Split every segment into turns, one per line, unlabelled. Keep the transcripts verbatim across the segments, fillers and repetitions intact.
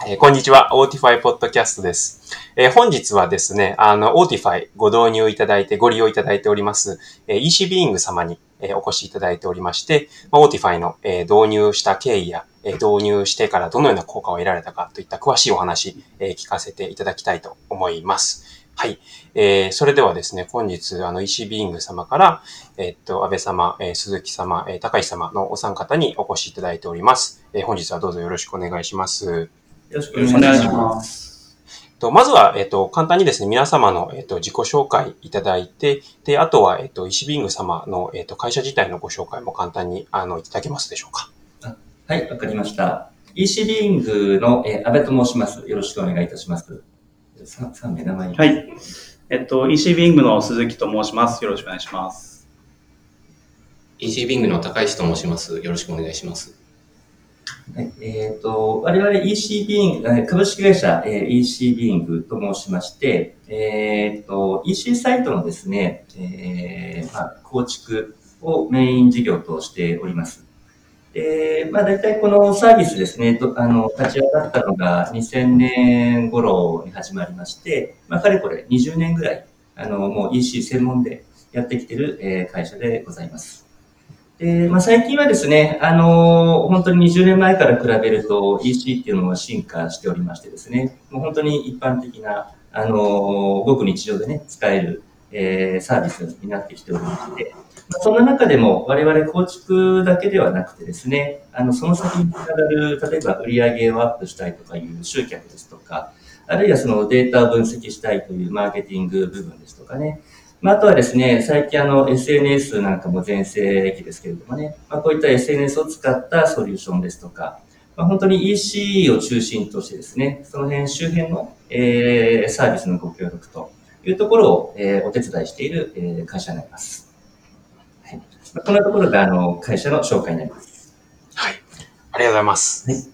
えーこんにちは、オーティファイポッドキャストです。えー本日はですね、あの、オーティファイご導入いただいて、ご利用いただいております、えー イーシー ビーイング様に、えーお越しいただいておりまして、まあ、オーティファイの、えー導入した経緯や、えー導入してからどのような効果を得られたかといった詳しいお話、えー聞かせていただきたいと思います。はい。えーそれではですね、本日、あの、イーシー ビーイング様から、えーっと、安倍様、えー鈴木様、えー高石様のお三方にお越しいただいております。えー本日はどうぞよろしくお願いします。
よろしく
よろしくお願いします。
とまずは、えっと、簡単にですね、皆様の、えっと、自己紹介いただいて、で、あとは、えっと、イシビング様の、えっと、会社自体のご紹介も簡単に、あの、いただけますでしょうか。
あはい、わかりました。イーシー ビーイングの、えー、安倍と申します。よろしくお願いいたします。さん名名前。
はい。えっと、イーシー ビーイングの鈴木と申します。よろしくお願いします。
イーシー ビーイングの高石と申します。よろしくお願いします。
はい、えっ、と、我々 イーシー ビーイング、えー株式会社、えー イーシー ビーイングと申しまして、えっ、と、イーシー サイトのですね、えーまあ、構築をメイン事業としております。で、まあ大体このサービスですね、とあの、立ち上がったのがにせんねん頃に始まりまして、まあかれこれにじゅうねんぐらい、あの、もう イーシー 専門でやってきている、えー会社でございます。で、まあ最近はですね、あの、本当ににじゅうねんまえから比べると イーシー っていうのも進化しておりましてですね、もう本当に一般的な、あの、ごく日常でね、使える、えーサービスになってきておりまして、まあそんな中でも我々構築だけではなくてですね、あの、その先につながる、例えば売上をアップしたいとかいう集客ですとか、あるいはそのデータを分析したいというマーケティング部分ですとかね、まあ、あとはですね、最近あの エスエヌエス なんかも全盛期ですけれどもね、まあ、こういった エスエヌエス を使ったソリューションですとか、まあ、本当に イーシー を中心としてですね、その辺周辺の、えー、サービスのご協力というところを、えー、お手伝いしている、えー、会社になります。はい、まあ、こんなところがあの会社の紹介になります。
はい。ありがとうございます。
はい、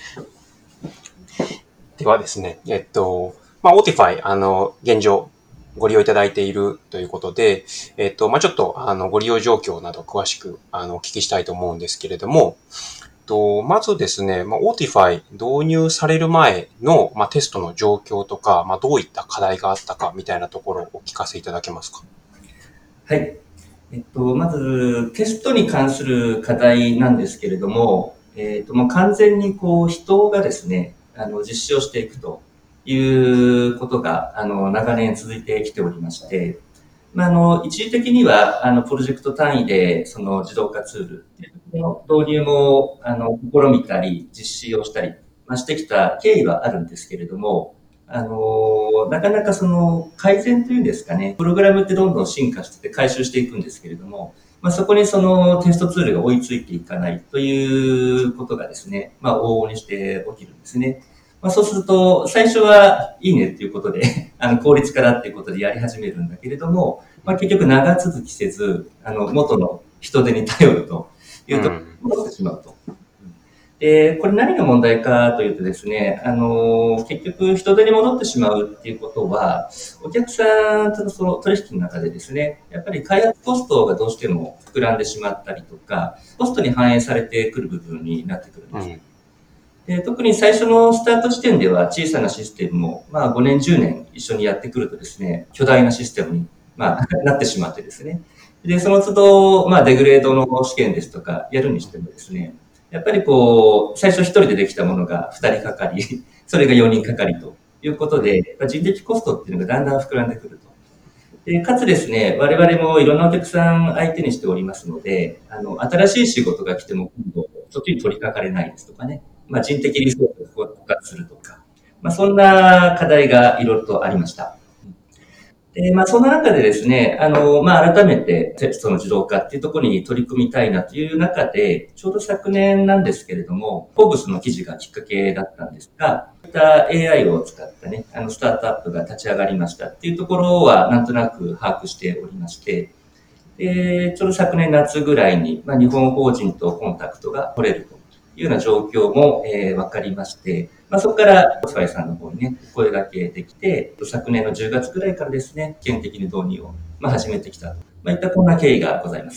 ではですね、えっと、まあ、オーティファイ、あの、現状、ご利用いただいているということで、えっと、まあ、ちょっと、あの、ご利用状況など詳しく、あの、お聞きしたいと思うんですけれども、とまずですね、まあ、オーティファイ導入される前の、まあ、テストの状況とか、まあ、どういった課題があったかみたいなところをお聞かせいただけますか。
はい。えっと、まず、テストに関する課題なんですけれども、えっと、もう完全にこう、人がですね、あの、実施をしていくということが、あの、長年続いてきておりまして、まあ、あの、一時的には、あの、プロジェクト単位で、その自動化ツールの導入も、あの、試みたり、実施をしたり、まあ、してきた経緯はあるんですけれども、あの、なかなかその改善というんですかね、プログラムってどんどん進化してて回収していくんですけれども、まあ、そこにそのテストツールが追いついていかないということがですね、まあ、往々にして起きるんですね。まあ、そうすると、最初はいいねっていうことで、あの、効率化だっていうことでやり始めるんだけれども、まあ、結局長続きせず、あの、元の人手に頼るというところに戻ってしまうと。で、これ何が問題かというとですね、あの、結局人手に戻ってしまうっていうことは、お客さんとのその取引の中でですね、やっぱり開発コストがどうしても膨らんでしまったりとか、コストに反映されてくる部分になってくるんです。うんで特に最初のスタート時点では小さなシステムも、まあごねん、じゅうねん一緒にやってくるとですね、巨大なシステムに、まあ、なってしまってですね。で、その都度、まあデグレードの試験ですとかやるにしてもですね、やっぱりこう、最初一人でできたものが二人かかり、それが四人かかりということで、人的コストっていうのがだんだん膨らんでくると。でかつですね、我々もいろんなお客さん相手にしておりますので、あの、新しい仕事が来ても今度、そっちに取り掛かれないですとかね、まあ、人的リソースを枯渇するとか、まあ、そんな課題がいろいろとありました。で、まあ、そんな中でですね、あの、まあ、改めてテストの自動化っていうところに取り組みたいなという中で、ちょうど昨年なんですけれども、フォーブスの記事がきっかけだったんですが、こういった エーアイ を使ったね、あの、スタートアップが立ち上がりましたっていうところは、なんとなく把握しておりまして、で、ちょうど昨年夏ぐらいに、まあ、日本法人とコンタクトが取れるというような状況も、えー、分かりまして、まあ、そこから、オスファイさんの方にね、声掛けできて、昨年のじゅうがつぐらいからですね、試験的に導入を、まあ、始めてきた。まあ、いったこんな経緯がございます。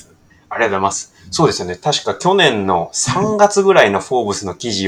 ありがとうございます。そうですよね。確か去年のさんがつぐらいのフォーブスの記事を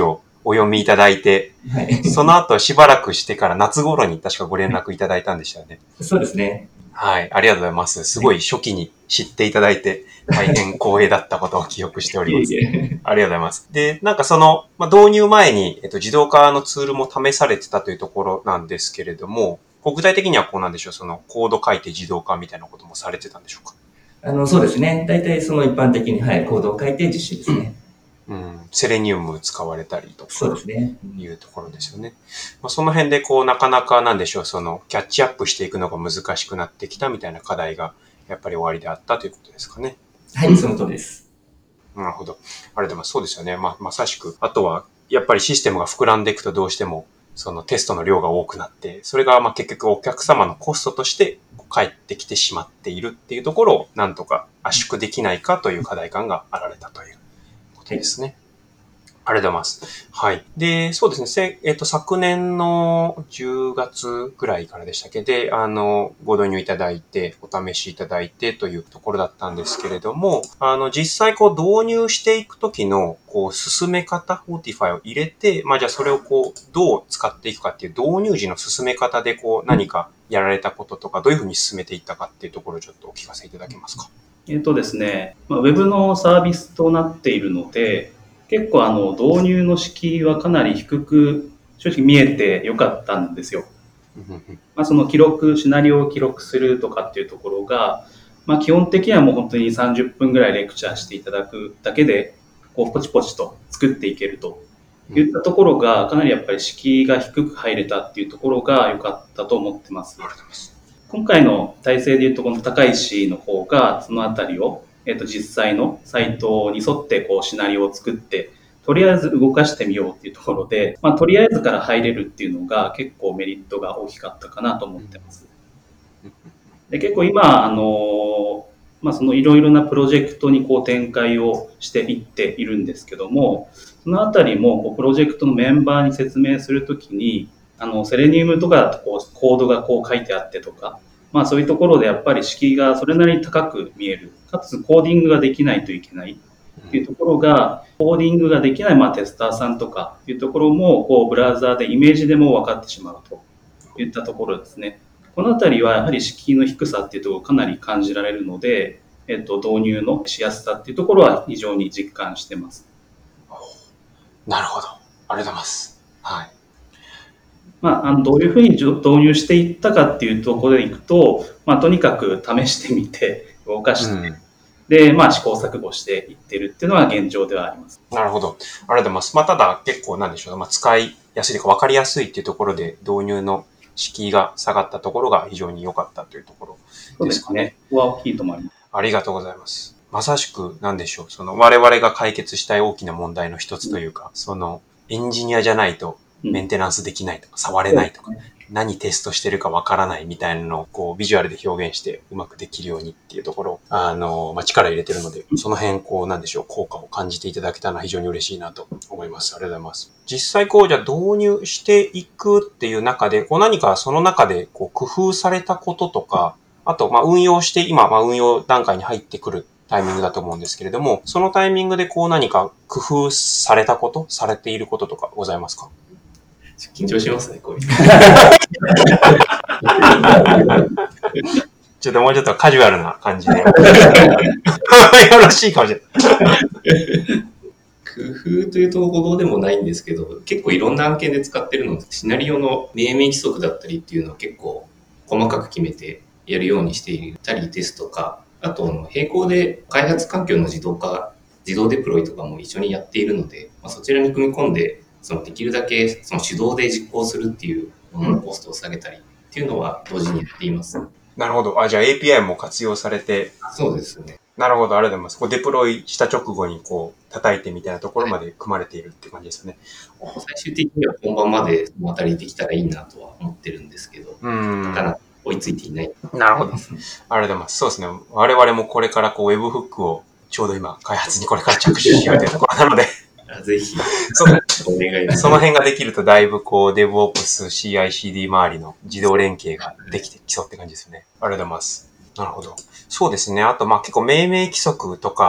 お読みいただいて、
はい。
その後しばらくしてから夏頃に確かご連絡いただいたんでしたよね。
そうですね。
はい。ありがとうございます。すごい初期に知っていただいて、大変光栄だったことを記憶しております。
いえいえ。
ありがとうございます。で、なんかその、まあ、導入前に、えっと、自動化のツールも試されてたというところなんですけれども、こう具体的にはこうなんでしょう、そのコード書いて自動化みたいなこともされてたんでしょうか？
あの、そうですね。大体その一般的に、はい、コードを書いて実施ですね。
うん、セレニウム使われたりとか。
そうですね。
いうところですよね。まあ、その辺でこう、なかなかなんでしょう、その、キャッチアップしていくのが難しくなってきたみたいな課題が、やっぱり終わりであったということですかね。
はい、その通りです。
なるほど。ありがとうございます。そうですよね。まあ、まさしく。あとは、やっぱりシステムが膨らんでいくとどうしても、そのテストの量が多くなって、それがまあ結局お客様のコストとして返ってきてしまっているっていうところを、なんとか圧縮できないかという課題感があられたということですね。はい、ありがとうございます。はい。で、そうですね。せえっと、昨年のじゅうがつぐらいからでしたっけで、あの、ご導入いただいて、お試しいただいてというところだったんですけれども、あの、実際こう導入していくときの、こう、進め方、オーティファイを入れて、まあじゃあそれをこう、どう使っていくかっていう導入時の進め方でこう、何かやられたこととか、どういうふうに進めていったかっていうところをちょっとお聞かせいただけますか？
えっとですね、まあ、ウェブのサービスとなっているので、結構あの導入の敷居はかなり低く正直見えてよかったんですよ。まあ、その記録、シナリオを記録するとかっていうところが、まあ、基本的にはもう本当にさんじゅっぷんぐらいレクチャーしていただくだけで、こうポチポチと作っていけるといったところが、かなりやっぱり敷居が低く入れたっていうところが良かったと思ってます。今回の体制でいうと、この高石の方が、そのあたりを、えっと、実際のサイトに沿って、こう、シナリオを作って、とりあえず動かしてみようっていうところで、まあ、とりあえずから入れるっていうのが、結構メリットが大きかったかなと思ってます。で、結構今、あの、まあ、そのいろいろなプロジェクトにこう展開をしていっているんですけども、そのあたりも、こう、プロジェクトのメンバーに説明するときに、あの、セレニウムとかだとこうコードがこう書いてあってとか、まあそういうところでやっぱり敷居がそれなりに高く見える。かつコーディングができないといけないっていうところが、コーディングができないまあテスターさんとかっていうところも、こうブラウザーでイメージでも分かってしまうといったところですね。このあたりはやはり敷居の低さっていうところをかなり感じられるので、えっと、導入のしやすさっていうところは非常に実感してます。
なるほど。ありがとうございます。はい。
まあ、あのどういうふうに導入していったかっていうところでいくと、まあ、とにかく試してみて、動かして、うん、で、まあ、試行錯誤していってるっていうのは現状ではあります。
なるほど。ありがとうございます。まあ、ただ結構なんでしょう、まあ、使いやすいというか分かりやすいっていうところで導入の敷居が下がったところが非常に良かったというところですかね。そうですね。
ここは大きいと思います。
ありがとうございます。まさしくなんでしょう、その我々が解決したい大きな問題の一つというか、うん、そのエンジニアじゃないとメンテナンスできないとか、うん、触れないとか、うん、何テストしてるかわからないみたいなのをこうビジュアルで表現してうまくできるようにっていうところを、あの、まあ、力入れてるので、その辺こうなんでしょう、効果を感じていただけたのは非常に嬉しいなと思います。ありがとうございます。実際こうじゃあ導入していくっていう中で、こう何かその中でこう工夫されたこととか、あとまあ運用して今まあ運用段階に入ってくるタイミングだと思うんですけれども、そのタイミングでこう何か工夫されたこと、されていることとかございますか？
緊張しますね、こういう。
ちょっともうちょっとカジュアルな感じで。よろしいかもしれない。
工夫というとほどでもないんですけど、結構いろんな案件で使ってるので、シナリオの命名規則だったりっていうのを結構細かく決めてやるようにしていたりですとか、あと並行で開発環境の自動化、自動デプロイとかも一緒にやっているので、まあ、そちらに組み込んで、そのできるだけその手動で実行するっていうもののコストを下げたりっていうのは同時にやっています。
なるほど。あ、じゃあ エーピーアイ も活用されて。
そうですね。
なるほど。ありがとうございます。こうデプロイした直後にこう叩いてみたいなところまで組まれているって感じですよね。
最終的には本番までそのあたりできたらいいなとは思ってるんですけど、うん。なかなか追いついていない。
なるほど。ありがとうございます。そうですね。我々もこれからこう Web フックをちょうど今開発にこれから着手しようというところなので。
ぜひ
その、お願いです。その辺ができるとだいぶこう DevOps、シーアイシーディー 周りの自動連携ができてきそうって感じですよね。ありがとうございます。なるほど。そうですね。あとまあ結構命名規則とか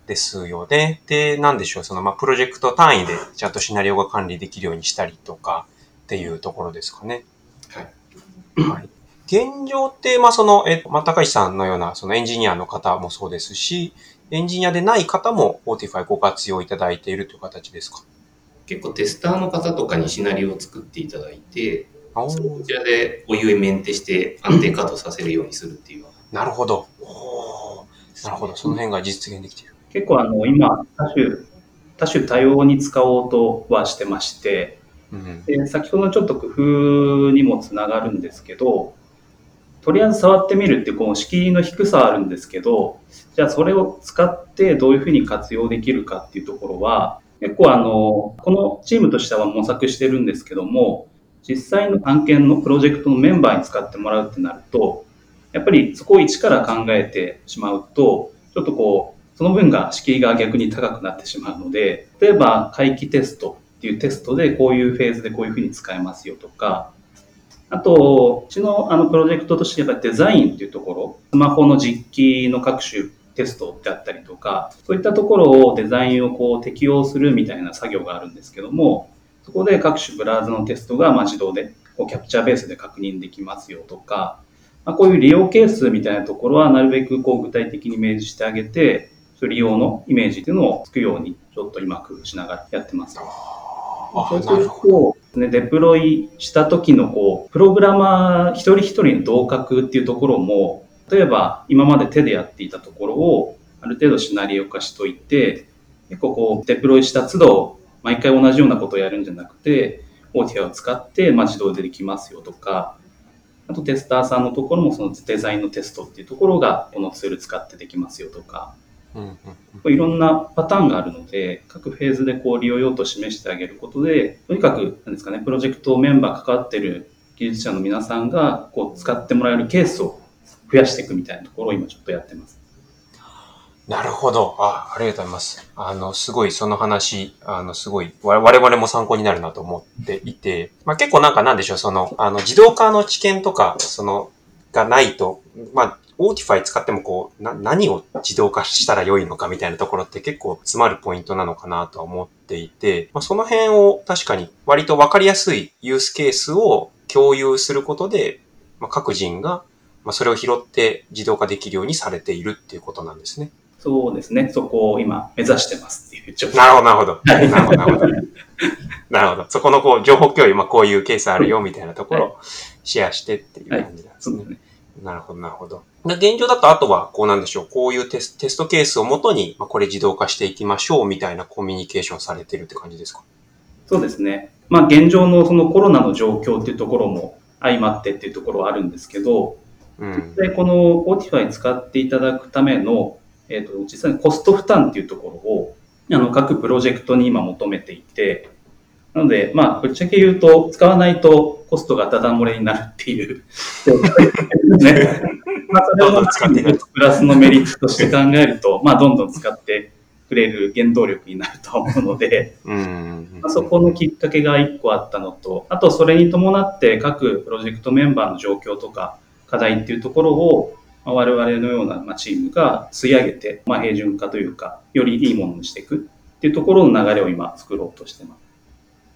ですよね。で、なんでしょう、その、まあ、プロジェクト単位でちゃんとシナリオが管理できるようにしたりとかっていうところですかね。
はい。
はい。現状って、まあ、その、えっと、まあ、高石さんのような、そのエンジニアの方もそうですし、エンジニアでない方も Autify ご活用いただいているという形ですか？
結構テスターの方とかにシナリオを作っていただいて、
あ
それをこちらでお湯メンテして安定稼働させるようにするっていう。
なるほど。おー、なるほど。その辺が実現できている。
結構あの、今、多種、多種多様に使おうとはしてまして、
うん、
で先ほどのちょっと工夫にもつながるんですけど、とりあえず触ってみるっていうこの敷居の低さはあるんですけど、じゃあそれを使ってどういうふうに活用できるかっていうところは、結構あの、このチームとしては模索してるんですけども、実際の案件のプロジェクトのメンバーに使ってもらうってなると、やっぱりそこを一から考えてしまうと、ちょっとこう、その分が敷居が逆に高くなってしまうので、例えば回帰テストっていうテストでこういうフェーズでこういうふうに使えますよとか、あと、うちのあのプロジェクトとしてやっぱりデザインっていうところ、スマホの実機の各種テストであったりとか、そういったところをデザインをこう適用するみたいな作業があるんですけども、そこで各種ブラウザのテストがまあ自動でこうキャプチャーベースで確認できますよとか、まあ、こういう利用ケースみたいなところはなるべくこう具体的に明示してあげて、利用のイメージっていうのをつくようにちょっと今工夫しながらやってます。そうすると、ね、デプロイした時のこうプログラマー一人一人の同格っていうところも、例えば今まで手でやっていたところをある程度シナリオ化しといて、結構こうデプロイした都度毎回同じようなことをやるんじゃなくて、Autify を使ってまあ自動でできますよとか、あとテスターさんのところもそのデザインのテストっていうところがこのツール使ってできますよとか、うんうんうん、いろんなパターンがあるので、各フェーズでこう利用用途を示してあげることで、とにかくなんですかね、プロジェクトメンバー関わっている技術者の皆さんがこう使ってもらえるケースを増やしていくみたいなところを今ちょっとやってます。
なるほど。あ、ありがとうございます。あの、すごいその話、あの、すごい我々も参考になるなと思っていて、まあ結構なんかなんでしょう、その、あの、自動化の知見とか、その、がないと、まあ、Autify 使ってもこう、な、何を自動化したら良いのかみたいなところって結構詰まるポイントなのかなとは思っていて、まあその辺を確かに割とわかりやすいユースケースを共有することで、まあ各人が、まあそれを拾って自動化できるようにされているっていうことなんですね。
そうですね。そこを今目指してますっていう状況。
なるほど、なるほど。なるほど、なるほど。なるほど。そこのこう情報共有、まあこういうケースあるよみたいなところをシェアしてっていう感じなんですね。はい、なるほど、なるほど。現状だとあとはこうなんでしょう。こういうテス、テストケースをもとに、まあ、これ自動化していきましょうみたいなコミュニケーションされてるって感じですか？
そうですね。まあ現状のそのコロナの状況っていうところも相まってっていうところはあるんですけど、うん、でこの Autify 使っていただくためのえー、と実際にコスト負担っていうところをあの各プロジェクトに今求めていて、なので、まあ、ぶっちゃけ言うと、使わないとコストがダダ漏れになるっていう、ね。まあ、それをプラスのメリットとして考えると、まあ、どんどん使ってくれる原動力になると思うので、うんまあ、そこのきっかけがいっこあったのと、あとそれに伴って各プロジェクトメンバーの状況とか課題っていうところを我々のようなチームが吸い上げて、まあ、平準化というか、よりいいものにしていくっていうところの流れを今作ろうとしてます。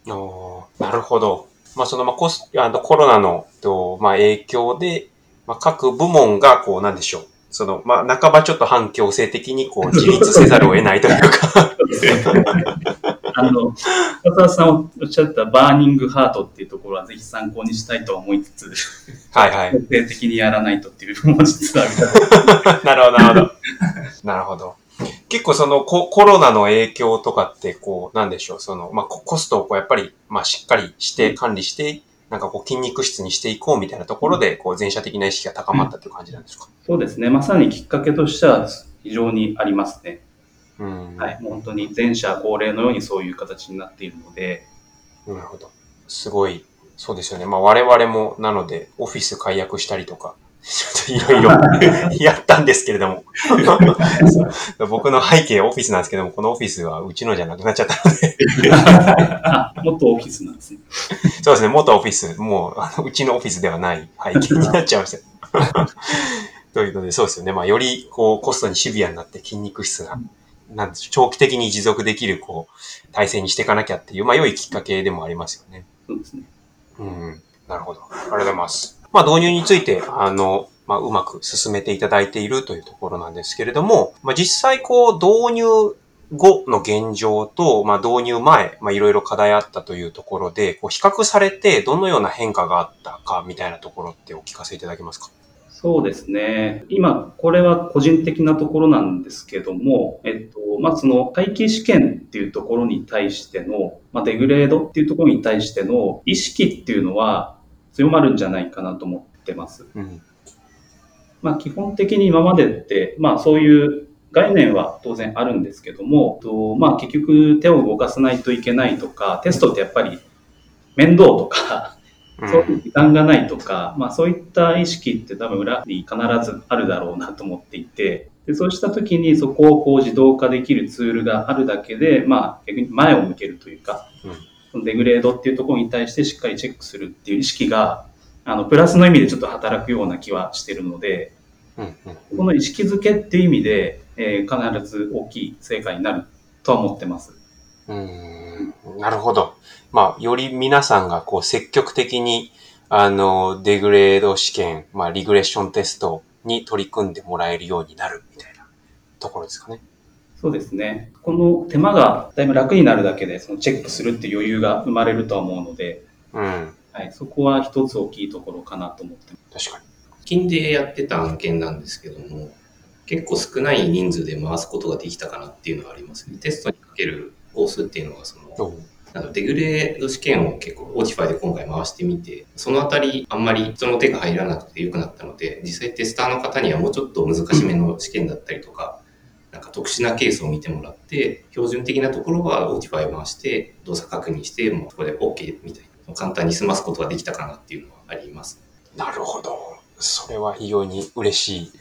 おなるほど。まあ、その、まあ、コス、あの、コロナの、と、まあ、影響で、まあ、各部門が、こう、なんでしょう。その、まあ、半ばちょっと反強制的に、こう、自立せざるを得ないというか。
あの、深澤さんおっしゃったバーニングハートっていうところはぜひ参考にしたいと思いつつ、
はいはい。
徹底的にやらないとっていうのも実は
なるほど、なるほど。なるほど。結構そのココロナの影響とかって、こう、なんでしょう、その、まあ、コストをこう、やっぱり、まあ、しっかりして管理して、なんかこう、筋肉質にしていこうみたいなところで、こう、全社的な意識が高まったという感じなんですか？
そうですね。まさにきっかけとしては非常にありますね。うん、はい、もう本当に全社恒例のようにそういう形になっているので。
なるほど。すごい、そうですよね。まあ我々もなのでオフィス解約したりとか、ちょっといろいろやったんですけれども僕の背景オフィスなんですけども、このオフィスはうちのじゃなくなっちゃったので
あ、元オフィスなんですね。
そうですね、元オフィス、もうあのうちのオフィスではない背景になっちゃいましたというので、そうですよね。まあよりこうコストにシビアになって筋肉質ななんでしょう、長期的に持続できる、こう、体制にしていかなきゃっていう、まあ、良いきっかけでもありますよね。
そうですね。
うん。なるほど。ありがとうございます。まあ、導入について、あの、まあ、うまく進めていただいているというところなんですけれども、まあ、実際、こう、導入後の現状と、まあ、導入前、まあ、いろいろ課題あったというところで、こう、比較されて、どのような変化があったか、みたいなところってお聞かせいただけますか？
そうですね。今、これは個人的なところなんですけども、えっと、まあ、その会計試験っていうところに対しての、まあ、デグレードっていうところに対しての意識っていうのは強まるんじゃないかなと思ってます。うん、まあ、基本的に今までって、まあ、そういう概念は当然あるんですけども、とまあ、結局手を動かさないといけないとか、テストってやっぱり面倒とか、そういう時間がないとか、うん、まあそういった意識って多分裏に必ずあるだろうなと思っていて、でそうした時にそこをこう自動化できるツールがあるだけで、まあ逆に前を向けるというか、うん、そのデグレードっていうところに対してしっかりチェックするっていう意識が、あの、プラスの意味でちょっと働くような気はしてるので、うんうん、この意識づけっていう意味で、えー、必ず大きい成果になるとは思ってます。
うーん、なるほど。まあ、より皆さんがこう積極的に、あの、デグレード試験、まあ、リグレッションテストに取り組んでもらえるようになるみたいなところですかね。
そうですね。この手間がだいぶ楽になるだけで、そのチェックするっていう余裕が生まれるとは思うので、うん。はい、そこは一つ大きいところかなと思ってます。
確かに。
近でやってた案件なんですけども、結構少ない人数で回すことができたかなっていうのはありますね。テストにかけるコースっていうのがその、なんかデグレード試験を結構オーティファイで今回回してみて、そのあたりあんまり人の手が入らなくて良くなったので、実際テスターの方にはもうちょっと難しめの試験だったりとか、なんか特殊なケースを見てもらって、標準的なところはオーティファイを回して動作確認して、もうそこで OK みたいな、簡単に済ますことができたかなっていうのはあります。
なるほど。それは非常に嬉しい。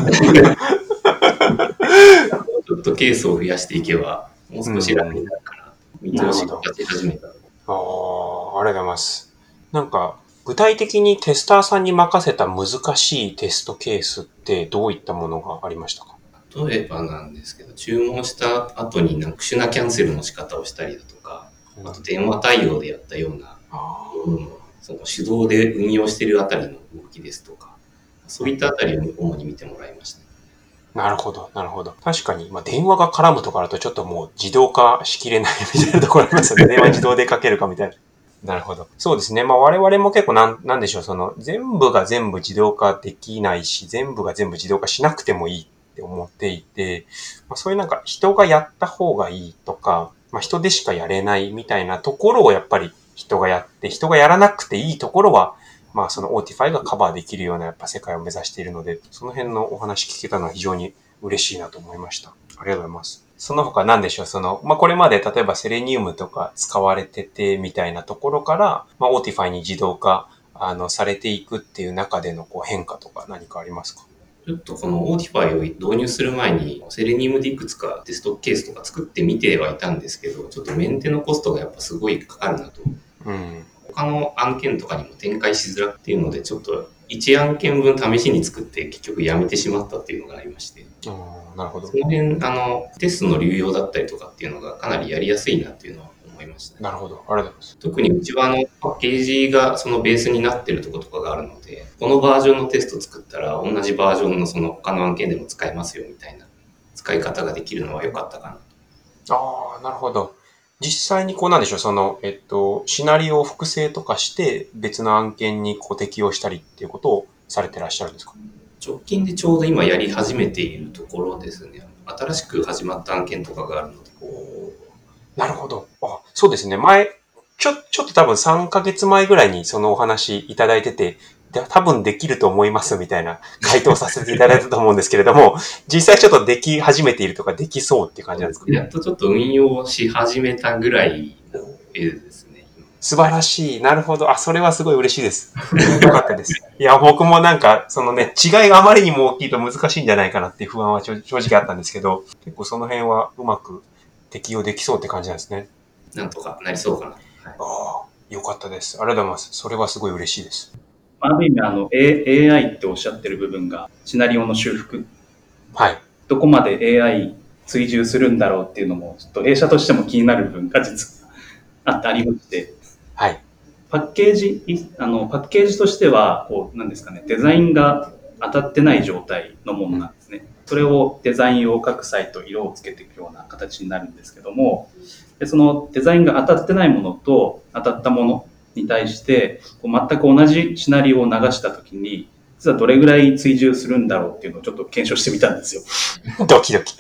ちょっとケースを増やしていけば、もう少し楽になるかな。見通しが立ち始めた。
ああ、ありがとうございます。なんか、具体的にテスターさんに任せた難しいテストケースってどういったものがありましたか？
例えばなんですけど、注文した後に特殊なキャンセルの仕方をしたりだとか、あと電話対応でやったような、うん、その手動で運用しているあたりの動きですとか、そういったあたりを主に見てもらいました。
なるほど、なるほど。確かに、まあ、電話が絡むとかだとちょっともう自動化しきれないみたいなところありますよね。電話自動でかけるかみたいな。なるほど。そうですね。まあ我々も結構なん、なんでしょう、その全部が全部自動化できないし、全部が全部自動化しなくてもいいって思っていて、まあ、そういうなんか人がやった方がいいとか、まあ人でしかやれないみたいなところをやっぱり人がやって、人がやらなくていいところは、まあそのオーティファイがカバーできるようなやっぱ世界を目指しているので、その辺のお話聞けたのは非常に嬉しいなと思いました。ありがとうございます。その他何でしょう、その、まあ、これまで例えばセレニウムとか使われててみたいなところから、まあ、オーティファイに自動化、あの、されていくっていう中でのこう変化とか何かありますか？
ちょっとこのオーティファイを導入する前に、セレニウムでいくつかテストケースとか作ってみてはいたんですけど、ちょっとメンテのコストがやっぱすごいかかるなと。うん。他の案件とかにも展開しづらくっていうので、ちょっといち案件分試しに作って結局やめてしまったっていうのがありまして。
あ、なるほど。
その辺、あの、テストの流用だったりとかっていうのがかなりやりやすいなっていうのは思いました、ね。
なるほど。ありがとうございます。
特にうちはあの、パッケージがそのベースになってるところとかがあるので、このバージョンのテスト作ったら同じバージョンのその他の案件でも使えますよみたいな使い方ができるのは良かったかな
と。ああ、なるほど。実際にこうなんでしょう、その、えっと、シナリオを複製とかして別の案件にこう適用したりっていうことをされてらっしゃるんですか？
直近でちょうど今やり始めているところですね。新しく始まった案件とかがあるので。
なるほど。あ、そうですね。前、ちょ、ちょっと多分さんかげつまえぐらいにそのお話いただいてて、で多分できると思いますみたいな回答させていただいたと思うんですけれども、実際ちょっとでき始めているとかできそうっていう感じなんですか？
やっとちょっと運用し始めたぐらいの絵ですね。
素晴らしい。なるほど。あ、それはすごい嬉しいです。よかったです。いや、僕もなんか、そのね、違いがあまりにも大きいと難しいんじゃないかなっていう不安は正直あったんですけど、結構その辺はうまく適用できそうって感じなんですね。
なんとかなりそうかな。はい、
ああ、よかったです。ありがとうございます。それはすごい嬉しいです。
ある意味、あの、A、エーアイ っておっしゃってる部分が、シナリオの修復。
はい。
どこまで エーアイ追従するんだろうっていうのも、ちょっと弊社としても気になる部分が実はあってありまして、
はい。
パッケージ、あの、パッケージとしては、こう、なんですかね、デザインが当たってない状態のものなんですね。それをデザインを各サイト色をつけていくような形になるんですけども、でそのデザインが当たってないものと当たったものに対して、こう全く同じシナリオを流したときに、実はどれぐらい追従するんだろうっていうのをちょっと検証してみたんですよ。
ドキドキ。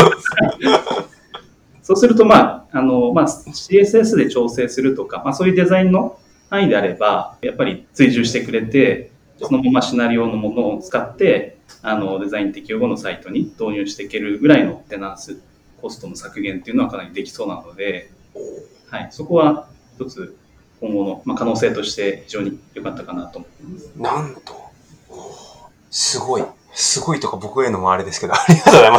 そうすると、まあ、あの、まあ、シーエスエス で調整するとか、まあ、そういうデザインの範囲であれば、やっぱり追従してくれて、そのままシナリオのものを使って、あの、デザイン適用後のサイトに導入していけるぐらいのテナンスコストの削減っていうのはかなりできそうなので、はい、そこは一つ今後の、まあ、可能性として非常に良かったかなと思います。
なんと、すごい。すごいとか僕へのもあれですけど、ありがとうございます。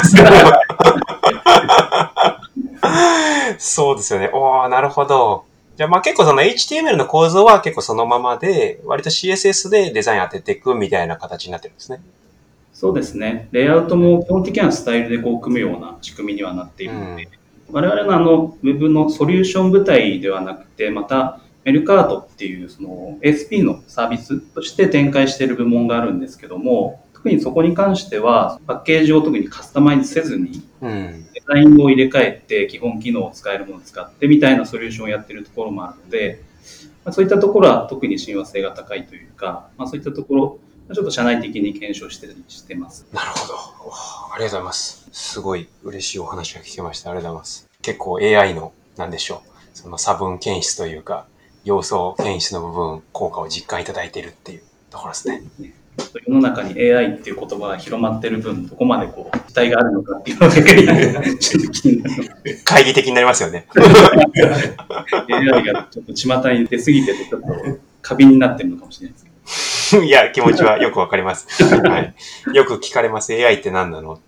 そうですよね。おー、なるほど。じゃあまあ結構その エイチティーエムエル の構造は結構そのままで、割と シーエスエス でデザイン当てていくみたいな形になってるんですね。
そうですね。レイアウトも基本的にはスタイルでこう組むような仕組みにはなっているので、うん、我々のあの Web のソリューション部隊ではなくて、またメルカートっていうその エーエスピー のサービスとして展開している部門があるんですけども、特にそこに関してはパッケージを特にカスタマイズせずに、うん、デザインを入れ替えて基本機能を使えるものを使ってみたいなソリューションをやっているところもあるので、まあ、そういったところは特に親和性が高いというか、まあ、そういったところちょっと社内的に検証してしてます。
なるほど。ありがとうございます。すごい嬉しいお話が聞けました。ありがとうございます。結構 エーアイ の、なんでしょう。その差分検出というか、要素検出の部分、効果を実感いただいているっていうところですね。
世の中に エーアイ っていう言葉が広まっている分、どこまでこう、期待があるのかっていうのがちょっと気になる。
懐疑的になりますよね。
エーアイ がちょっと巷に出すぎてて、ちょっと過敏になってるのかもしれないですけど。
いや、気持ちはよくわかります。はい。よく聞かれます。エーアイ って何なのって。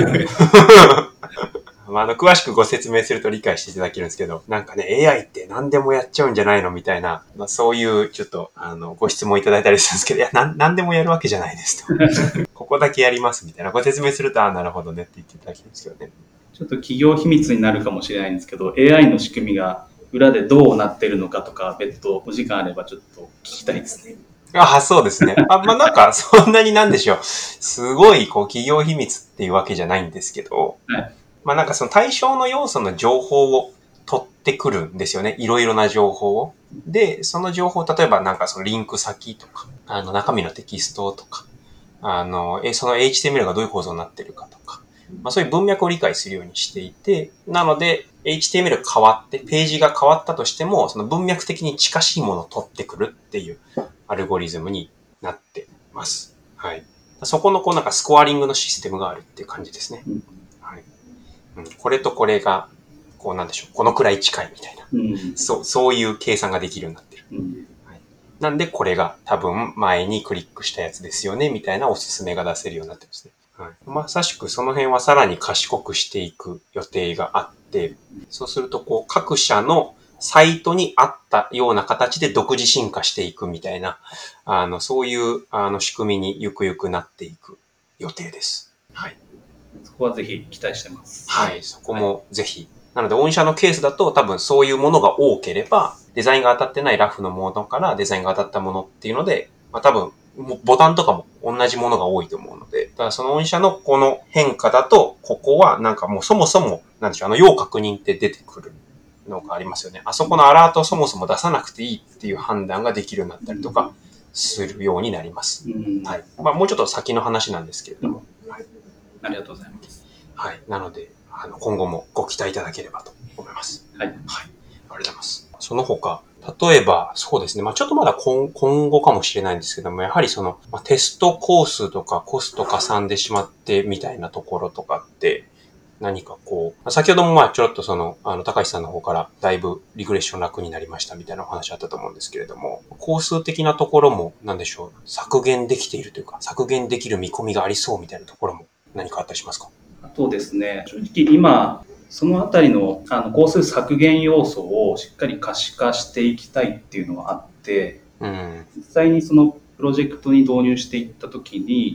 まあ、あの、詳しくご説明すると理解していただけるんですけど、なんかね、エーアイ って何でもやっちゃうんじゃないのみたいな、まあ、そういうちょっと、あの、ご質問いただいたりするんですけど、いや、なん、何でもやるわけじゃないですと。ここだけやりますみたいなご説明すると、あ、なるほどねって言っていただけるんですけどね。
ちょっと企業秘密になるかもしれないんですけど、エーアイ の仕組みが裏でどうなってるのかとか、別途お時間あればちょっと聞きたいですね。
ああ、そうですね。あ、まあ、なんか、そんなになんでしょう。すごい、こう、企業秘密っていうわけじゃないんですけど、はい、まあ、なんかその対象の要素の情報を取ってくるんですよね。いろいろな情報を。で、その情報、例えばなんかそのリンク先とか、あの、中身のテキストとか、あの、え、その エイチティーエムエル がどういう構造になってるかとか、まあ、そういう文脈を理解するようにしていて、なので、エイチティーエムエル が変わって、ページが変わったとしても、その文脈的に近しいものを取ってくるっていうアルゴリズムになってます。はい。そこのこうなんかスコアリングのシステムがあるっていう感じですね。はい。うん、これとこれが、こうなんでしょう、このくらい近いみたいな。うん、そう、そういう計算ができるようになってる。うんはい、なんでこれが多分前にクリックしたやつですよね、みたいなおすすめが出せるようになってますね。はい、まさしくその辺はさらに賢くしていく予定があって、そうするとこう各社のサイトに合ったような形で独自進化していくみたいな、あの、そういうあの仕組みにゆくゆくなっていく予定です。はい。
そこはぜひ期待してます。
はい、そこもぜひ。はい、なので、御社のケースだと多分そういうものが多ければ、デザインが当たってないラフのものからデザインが当たったものっていうので、まあ多分、ボタンとかも同じものが多いと思うので、だからその御社のこの変化だと、ここはなんかもうそもそも、なんでしょう、あの、要確認って出てくるのがありますよね。あそこのアラートをそもそも出さなくていいっていう判断ができるようになったりとかするようになります。うん、はい。まあもうちょっと先の話なんですけれども。
うん、はい。ありがとうございます。
はい。なので、あの、今後もご期待いただければと思います。
はい。はい。
ありがとうございます。その他、例えば、そうですね。まあちょっとまだ 今, 今後かもしれないんですけども、やはりその、まあ、テスト工数とかコストかさんでしまってみたいなところとかって、何かこう、先ほどもまあちょっとその、あの、高橋さんの方からだいぶリグレッション楽になりましたみたいなお話あったと思うんですけれども、工数的なところも、なんでしょう、削減できているというか、削減できる見込みがありそうみたいなところも何かあったりしますか？
あとですね、正直今、そのあたりの、あの工数削減要素をしっかり可視化していきたいっていうのはあって、うん、実際にそのプロジェクトに導入していったときに、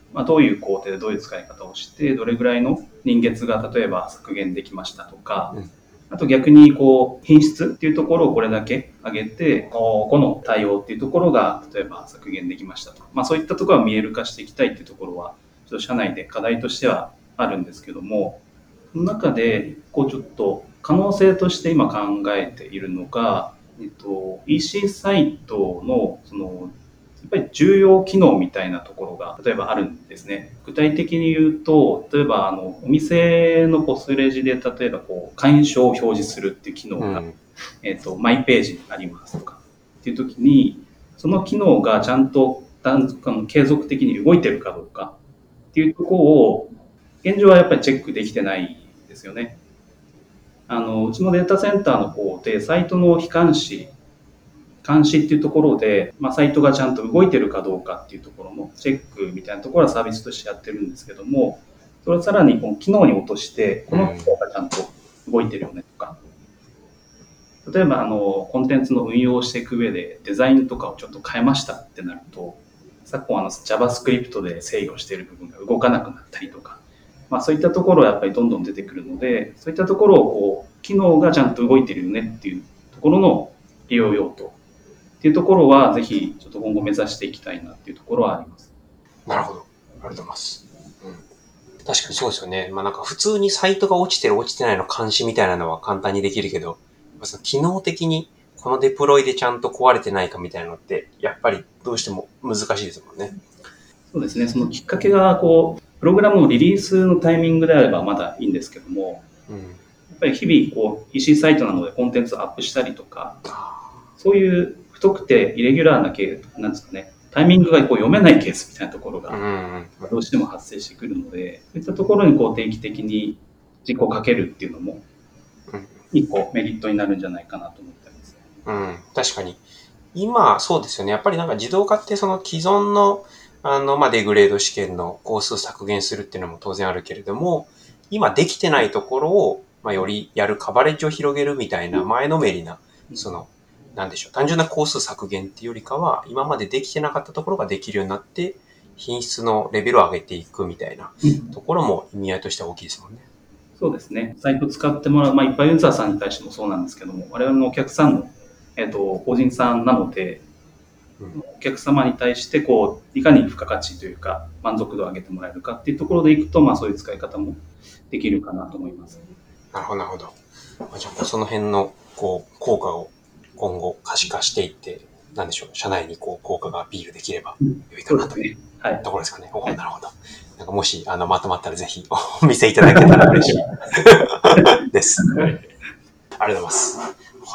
まあ、どういう工程でどういう使い方をして、どれぐらいの人月が例えば削減できましたとか、うん、あと逆にこう品質っていうところをこれだけ上げて、この対応っていうところが例えば削減できましたとか、まあ、そういったところは見える化していきたいっていうところは、ちょっと社内で課題としてはあるんですけども、その中でこうちょっと可能性として今考えているのが、えっと、イーシー サイトのそのやっぱり重要機能みたいなところが例えばあるんですね。具体的に言うと、例えばあのお店のポスレジで例えばこう会員証を表示するっていう機能が、うん、えっと、マイページにありますとかっていう時に、その機能がちゃんと継続的に動いてるかどうかっていうところを現状はやっぱりチェックできてないんですよね。あのうちのデータセンターの方でサイトの非監視監視っていうところで、まあ、サイトがちゃんと動いてるかどうかっていうところのチェックみたいなところはサービスとしてやってるんですけども、それをさらにこの機能に落として、この機能がちゃんと動いてるよねとか、例えばあのコンテンツの運用をしていく上でデザインとかをちょっと変えましたってなると、昨今あの JavaScript で制御している部分が動かなくなったりとか、まあ、そういったところはやっぱりどんどん出てくるので、そういったところをこう機能がちゃんと動いてるよねっていうところの利用用途っていうところはぜひちょっと今後目指していきたいなっていうところはあります。
なるほど。ありがとうございます。うん、確かにそうですよね。まあなんか普通にサイトが落ちてる落ちてないの監視みたいなのは簡単にできるけど、その機能的にこのデプロイでちゃんと壊れてないかみたいなのってやっぱりどうしても難しいですもんね。
そうですね。そのきっかけがこうプログラムのリリースのタイミングであればまだいいんですけども、うん、やっぱり日々こう イーシー サイトなのでコンテンツをアップしたりとか、そういう不特定イレギュラーなケースなんですかね、タイミングがこう読めないケースみたいなところがどうしても発生してくるので、そういったところにこう定期的に実行をかけるっていうのも一個メリットになるんじゃないかなと思ってます。
うん、確かに今そうですよね。やっぱりなんか自動化ってその既存のあのまあデグレード試験の工数削減するっていうのも当然あるけれども、今できてないところをまあよりやるカバレッジを広げるみたいな前のめりなそのなんでしょう、単純な工数削減っていうよりかは、今までできてなかったところができるようになって、品質のレベルを上げていくみたいなところも意味合いとしては大きいですもんね。
うん、そうですね。サイト使ってもらう、まあ、一般ユーザーさんに対してもそうなんですけども、我々のお客さんの、えっと、法人さんなので、うん、お客様に対してこういかに付加価値というか満足度を上げてもらえるかっていうところでいくと、まあ、そういう使い方もできるかなと思います。
なるほど、なるほど。じゃあその辺のこう効果を今後可視化していって、なんでしょう、社内にこう効果がアピールできれば良いかなというところですかね。はい、なるほど。なんかもしあのまとまったらぜひお見せいただけたら嬉しいです。ありがとうございます。はい。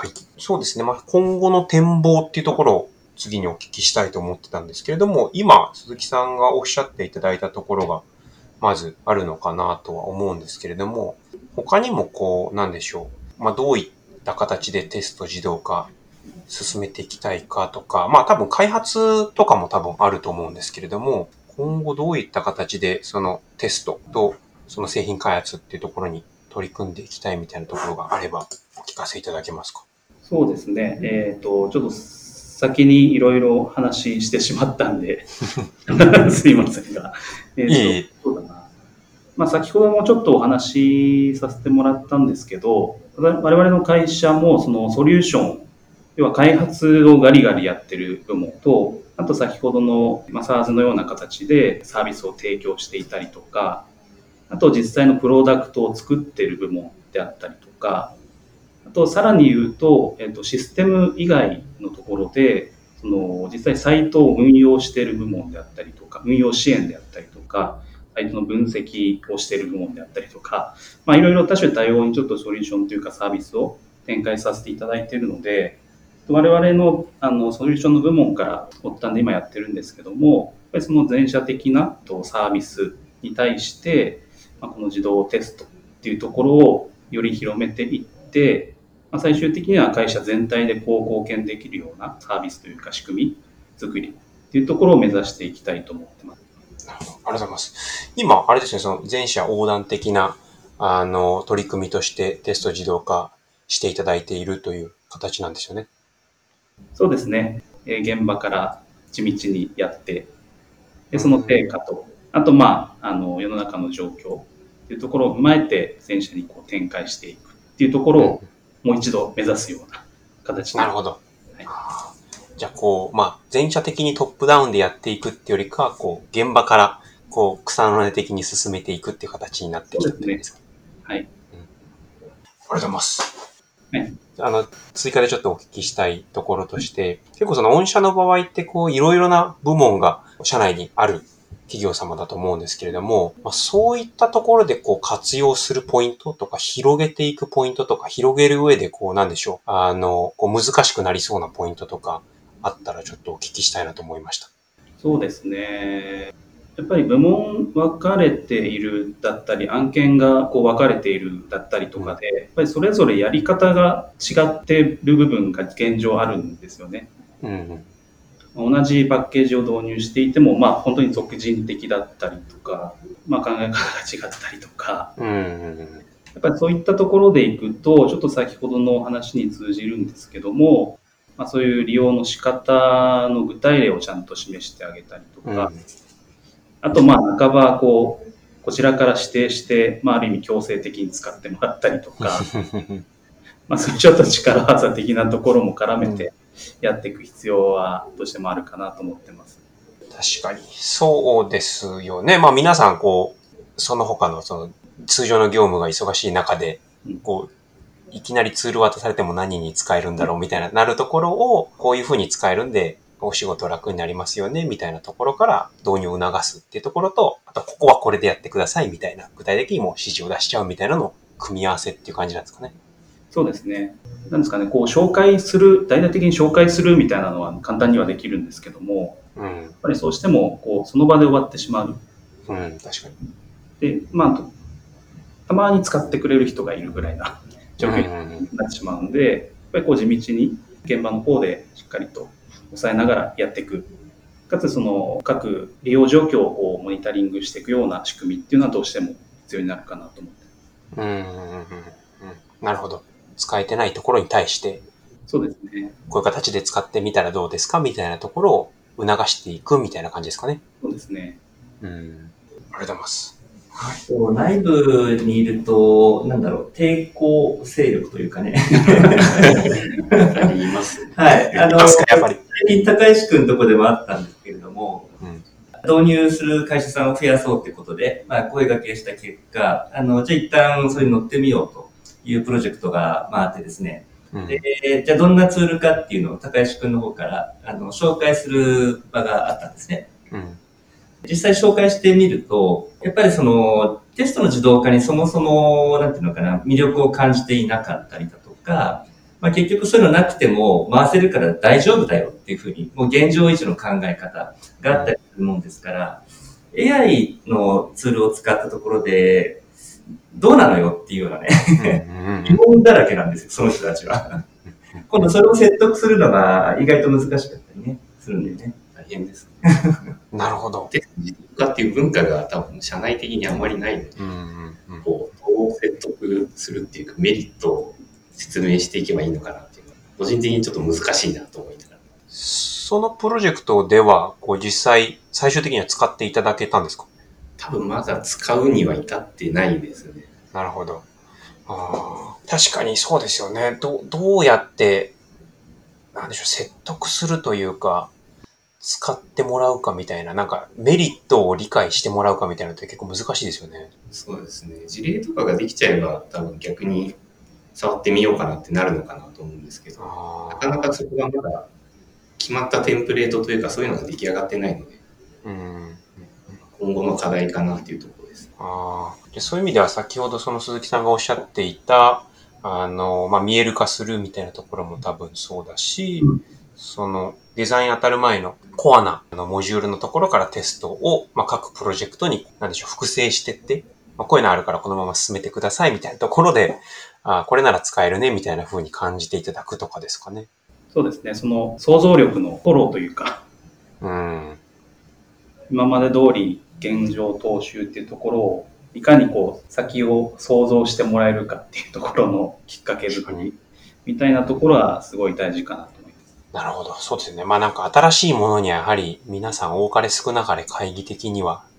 そうですね。まあ、今後の展望っていうところを次にお聞きしたいと思ってたんですけれども、今鈴木さんがおっしゃっていただいたところがまずあるのかなとは思うんですけれども、他にもこうなんでしょう。まあ、どういった形でテスト自動化進めていきたいかとか、まあ多分開発とかも多分あると思うんですけれども、今後どういった形でそのテストとその製品開発っていうところに取り組んでいきたいみたいなところがあればお聞かせいただけますか？
そうですね。えっと、ちょっと先にいろいろ話してしまったんで、すいませんが。えーと、いいそうだな。まあ、先ほどもちょっとお話しさせてもらったんですけど、我々の会社もそのソリューション、要は開発をガリガリやってる部門と、あと先ほどの SaaS のような形でサービスを提供していたりとか、あと実際のプロダクトを作っている部門であったりとか、あとさらに言うと、えっと、システム以外のところで、その実際サイトを運用している部門であったりとか、運用支援であったりとか、サイトの分析をしている部門であったりとか、まあいろいろ多種多様にちょっとソリューションというかサービスを展開させていただいているので、我々のあのソリューションの部門から発端で今やってるんですけども、やっぱりその全社的なサービスに対して、まあ、この自動テストっていうところをより広めていって、まあ、最終的には会社全体でこう貢献できるようなサービスというか仕組み作りっていうところを目指していきたいと思ってます。
なるほど。ありがとうございます。今、あれですね、その全社横断的なあの取り組みとしてテスト自動化していただいているという形なんですよね。
そうですね。現場から地道にやって、でその成果とあと、まあ、あの、世の中の状況っていうところを踏まえて、全社にこう展開していくっていうところをもう一度目指すような形に
なるほど。
はい、
じゃあ、こう、まあ、全社的にトップダウンでやっていくっていうよりかは、こう、現場から、こう、草の根的に進めていくっていう形になってきてるんですか？
はい。うん、
ありがとうございます。
はい。
あの、追加でちょっとお聞きしたいところとして、結構その御社の場合って、こう、いろいろな部門が社内にある企業様だと思うんですけれども、まあ、そういったところでこう活用するポイントとか、広げていくポイントとか、広げる上でこうなんでしょう、あの、こう難しくなりそうなポイントとかあったらちょっとお聞きしたいなと思いました。
そうですね。やっぱり部門分かれているだったり、案件がこう分かれているだったりとかで、うん、やっぱりそれぞれやり方が違っている部分が現状あるんですよね。
うん
同じパッケージを導入していても、まあ本当に俗人的だったりとか、まあ考え方が違ったりとか、
うん、
やっぱりそういったところでいくと、ちょっと先ほどの話に通じるんですけども、まあそういう利用の仕方の具体例をちゃんと示してあげたりとか、うん、あとまあ半ばこう、こちらから指定して、まあある意味強制的に使ってもらったりとか、まあそういうちょっと力技的なところも絡めて、やっていく必要はどうしてもあるかなと思ってます。
確かに。そうですよね。まあ皆さん、こう、その他のその通常の業務が忙しい中で、こう、いきなりツール渡されても何に使えるんだろうみたいな、なるところを、こういうふうに使えるんで、お仕事楽になりますよね、みたいなところから導入を促すっていうところと、あと、ここはこれでやってくださいみたいな、具体的にもう指示を出しちゃうみたいなのを組み合わせっていう感じなんですかね。
そうですね。なんですかね、こう紹介する、大々的に紹介するみたいなのは簡単にはできるんですけども、うん、やっぱりそうしてもこうその場で終わってしまう。
うん、確か
に。で、まあ、たまに使ってくれる人がいるぐらいな状況になってしまうので、やっぱりこう地道に現場の方でしっかりと抑えながらやっていく。かつその各利用状況をモニタリングしていくような仕組みっていうのはどうしても必要になるかなと思って。
うんうんうんうん、なるほど。使えてないところに対して、
そうですね。
こういう形で使ってみたらどうですかみたいなところを促していくみたいな感じですかね。
そうですね。
うん。ありがとうございます。
はい、内部にいると、なんだろう、抵抗勢力というかね。
あります。
はい。あの、
やっぱり
最近高石くんのとこでもあったんですけれども、うん、導入する会社さんを増やそうということで、まあ、声掛けした結果、あの、じゃあ一旦それに乗ってみようというプロジェクトが、まあ、あってですね、うん、で、じゃあどんなツールかっていうのを高石くんの方からあの紹介する場があったんですね。うん、実際紹介してみると、やっぱりそのテストの自動化にそもそもなんていうのかな、魅力を感じていなかったりだとか、まあ、結局そういうのなくても回せるから大丈夫だよっていうふうに、もう現状維持の考え方があったりするもんですから、エーアイ のツールを使ったところで、どうなのよっていうようなね、疑問だらけなんですよ、その人たちは。今度それを説得するのが意外と難しかったりね、するんでね。
大変です。
なるほど。
テスト自動化っていう文化が多分社内的にあんまりないので、うんうんうん、こう、どう説得するっていうかメリットを説明していけばいいのかなっていうのは、個人的にちょっと難しいなと思いながら。
そのプロジェクトでは、こう実際、最終的には使っていただけたんですか？
多分まだ使うには至ってないですね。
なるほど。あ、確かにそうですよね。ど, どうやって、なんでしょう、説得するというか、使ってもらうかみたいな、なんかメリットを理解してもらうかみたいなのって結構難しいですよね。
そうですね。事例とかができちゃえば、多分逆に触ってみようかなってなるのかなと思うんですけど、なかなかそこがまだ決まったテンプレートというかそういうのが出来上がってないので、うん、今後の課題かなっていうところです。
あでそういう意味では先ほどその鈴木さんがおっしゃっていた、あの、まあ、見える化するみたいなところも多分そうだし、うん、そのデザイン当たる前のコアなあのモジュールのところからテストを、まあ、各プロジェクトに何でしょう複製してって、まあ、こういうのあるからこのまま進めてくださいみたいなところで、あこれなら使えるねみたいな風に感じていただくとかですかね。
そうですね。その想像力のフォローというか、うん、今まで通り現状踏襲っていうところをいかにこう先を想像してもらえるかっていうところのきっかけ作りみたいなところはすごい大事かなと思います。
なるほど。そうですね。まあなんか新しいものにはやはり皆さん多かれ少なかれ懐疑的には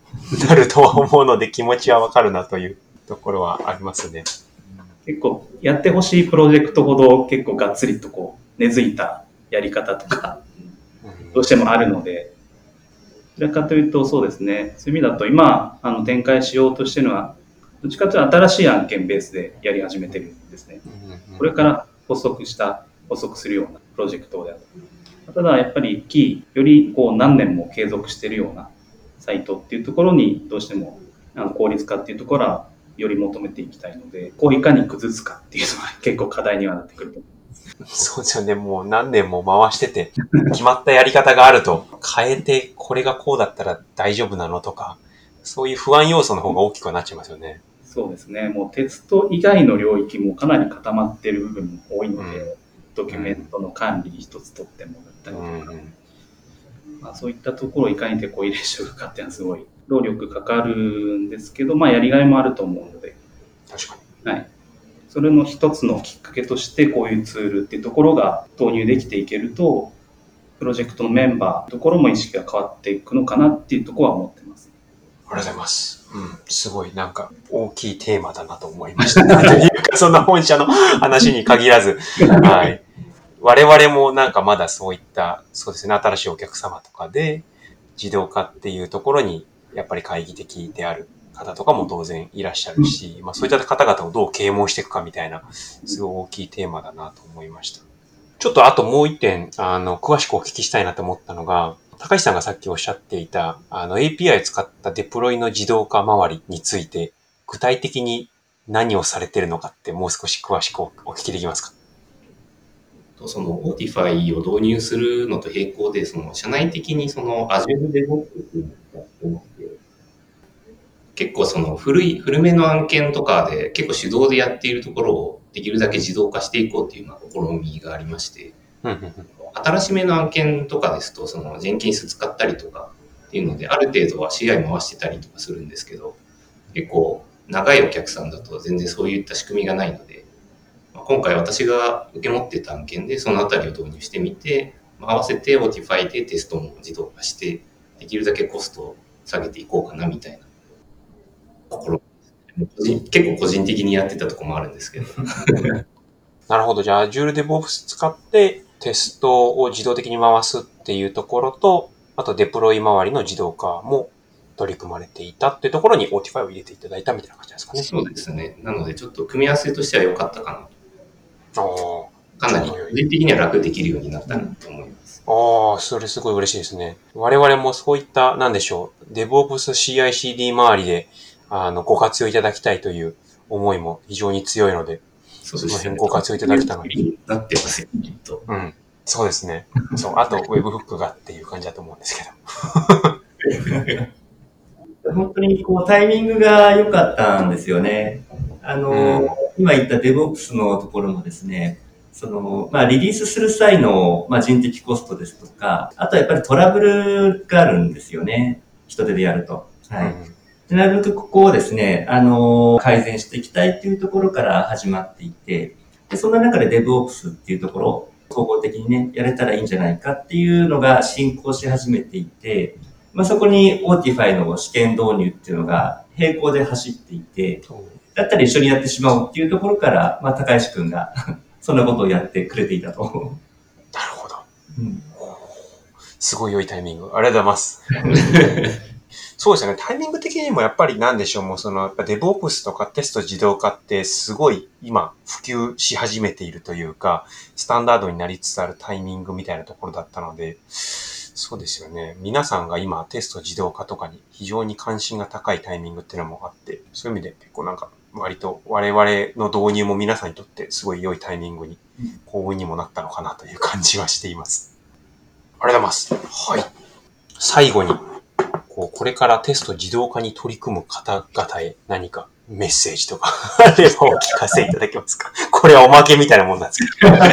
なるとは思うので気持ちはわかるなというところはありますね。
結構やってほしいプロジェクトほど結構がっつりとこう根付いたやり方とかどうしてもあるので、どちらかというとそうですね、そういう意味だと今あの展開しようとしているのはどっちかというと新しい案件ベースでやり始めてるんですね。これから発足した発足するようなプロジェクトである。ただやっぱりキーよりこう何年も継続しているようなサイトっていうところにどうしてもあの効率化っていうところはより求めていきたいので、こういかに崩すかっていうのは結構課題にはなってくると思います。
そうですよね。もう何年も回してて、決まったやり方があると、変えてこれがこうだったら大丈夫なのとか、そういう不安要素の方が大きくなっちゃいますよね。
そうですね。もうテスト以外の領域もかなり固まっている部分も多いので、うん、ドキュメントの管理一つとってもだったりとか、うんまあ、そういったところをいかに手こ入れしておくかっていうのはすごい労力かかるんですけど、まあやりがいもあると思うので、
確か
に。はい。それの一つのきっかけとしてこういうツールっていうところが導入できていけると、プロジェクトのメンバーのところも意識が変わっていくのかなっていうところは思ってます。
ありがとうございます。うん、すごいなんか大きいテーマだなと思いました。というかそんな本社の話に限らず、はい。我々もなんかまだそういった、そうですね、新しいお客様とかで自動化っていうところにやっぱり懐疑的である方とかも当然いらっしゃるし、まあそういった方々をどう啓蒙していくかみたいな、すごい大きいテーマだなと思いました。ちょっとあともう一点、あの、詳しくお聞きしたいなと思ったのが、高橋さんがさっきおっしゃっていた、あの エーピーアイ を使ったデプロイの自動化周りについて、具体的に何をされているのかってもう少し詳しくお聞きできますか？
その Autify を導入するのと並行で、その社内的にその Azure DevOps っていうのをやってまして、結構その古い、古めの案件とかで結構手動でやっているところをできるだけ自動化していこうっていうような試みがありまして、新しめの案件とかですと、その Jenkins 使ったりとかっていうので、ある程度は シーアイ 回してたりとかするんですけど、結構長いお客さんだと全然そういった仕組みがないので、今回私が受け持ってた案件でそのあたりを導入してみて、合わせて Autify でテストも自動化して、できるだけコストを下げていこうかなみたいなところ、結構個人的にやってたところもあるんですけど。
なるほど。じゃあ Azure DevOps 使ってテストを自動的に回すっていうところと、あとデプロイ周りの自動化も取り組まれていたっていうところに Autify を入れていただいたみたいな感じですかね。
そうですね。なのでちょっと組み合わせとしては良かったかなと。かなり個人的には楽できるようになったなと思います。
ああ、それすごい嬉しいですね。我々もそういった、なんでしょう、DevOps シーアイシーディー 周りで、あの、ご活用いただきたいという思いも非常に強いので、
そうですね。
その辺ご活用いただけたのに。
なってますよ、きっと。
うん。そうですね。そう、あと Webhook がっていう感じだと思うんですけ
ど。本当にこうタイミングが良かったんですよね。あの、うん、今言った DevOps のところもですね、その、まあ、リリースする際の、まあ、人的コストですとか、あとはやっぱりトラブルがあるんですよね。人手でやると。はい。うん、なるべくここをですね、あの、改善していきたいっていうところから始まっていて、でそんな中で DevOps っていうところ、総合的にね、やれたらいいんじゃないかっていうのが進行し始めていて、まあ、そこに Autify の試験導入っていうのが並行で走っていて、だったら一緒にやってしまおうっていうところから、まあ、高橋くんがそんなことをやってくれていたと。
なるほど。うん、すごい良いタイミング。ありがとうございます。そうですよね。タイミング的にもやっぱりなんでしょう。もうその、やっぱ DevOps とかテスト自動化ってすごい今普及し始めているというか、スタンダードになりつつあるタイミングみたいなところだったので、そうですよね。皆さんが今テスト自動化とかに非常に関心が高いタイミングっていうのもあって、そういう意味で結構なんか割と我々の導入も皆さんにとってすごい良いタイミングに、幸運にもなったのかなという感じはしています。ありがとうございます。はい。最後に、こうこれからテスト自動化に取り組む方々へ何かメッセージとかあればお聞かせいただけますか？これはおまけみたいなもんなんですけど。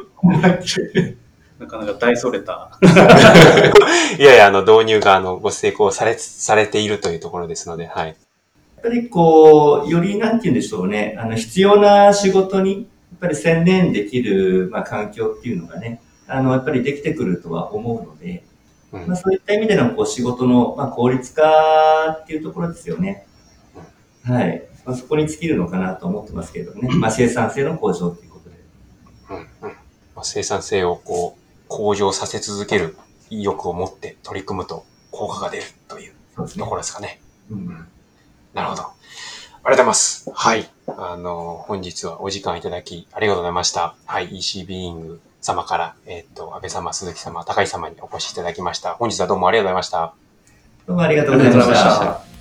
なかなか大それた。
いやいや、あの、導入が、あの、ご成功され、されているというところですので、はい。やっ
ぱりこう、よりなんて言うんでしょうね、あの、必要な仕事に、やっぱり専念できる、まあ、環境っていうのがね、あの、やっぱりできてくるとは思うので、
うん
まあ、そういった意味でのこう仕事の、まあ、効率化っていうところですよね。はい。まあ、そこに尽きるのかなと思ってますけれどもね。まあ、生産性の向上ということで。
うんうんまあ、生産性をこう向上させ続ける意欲を持って取り組むと効果が出るという
そうですね。
ところですかね。
うん、
なるほど。ありがとうございます。はい。あの、本日はお時間いただきありがとうございました。はい。イーシー ビーイング様から、えっと、安倍様、鈴木様、高井様にお越しいただきました。本日はどうもありがとうございました。
どうもありがとうございまし
ありがとうございました
た。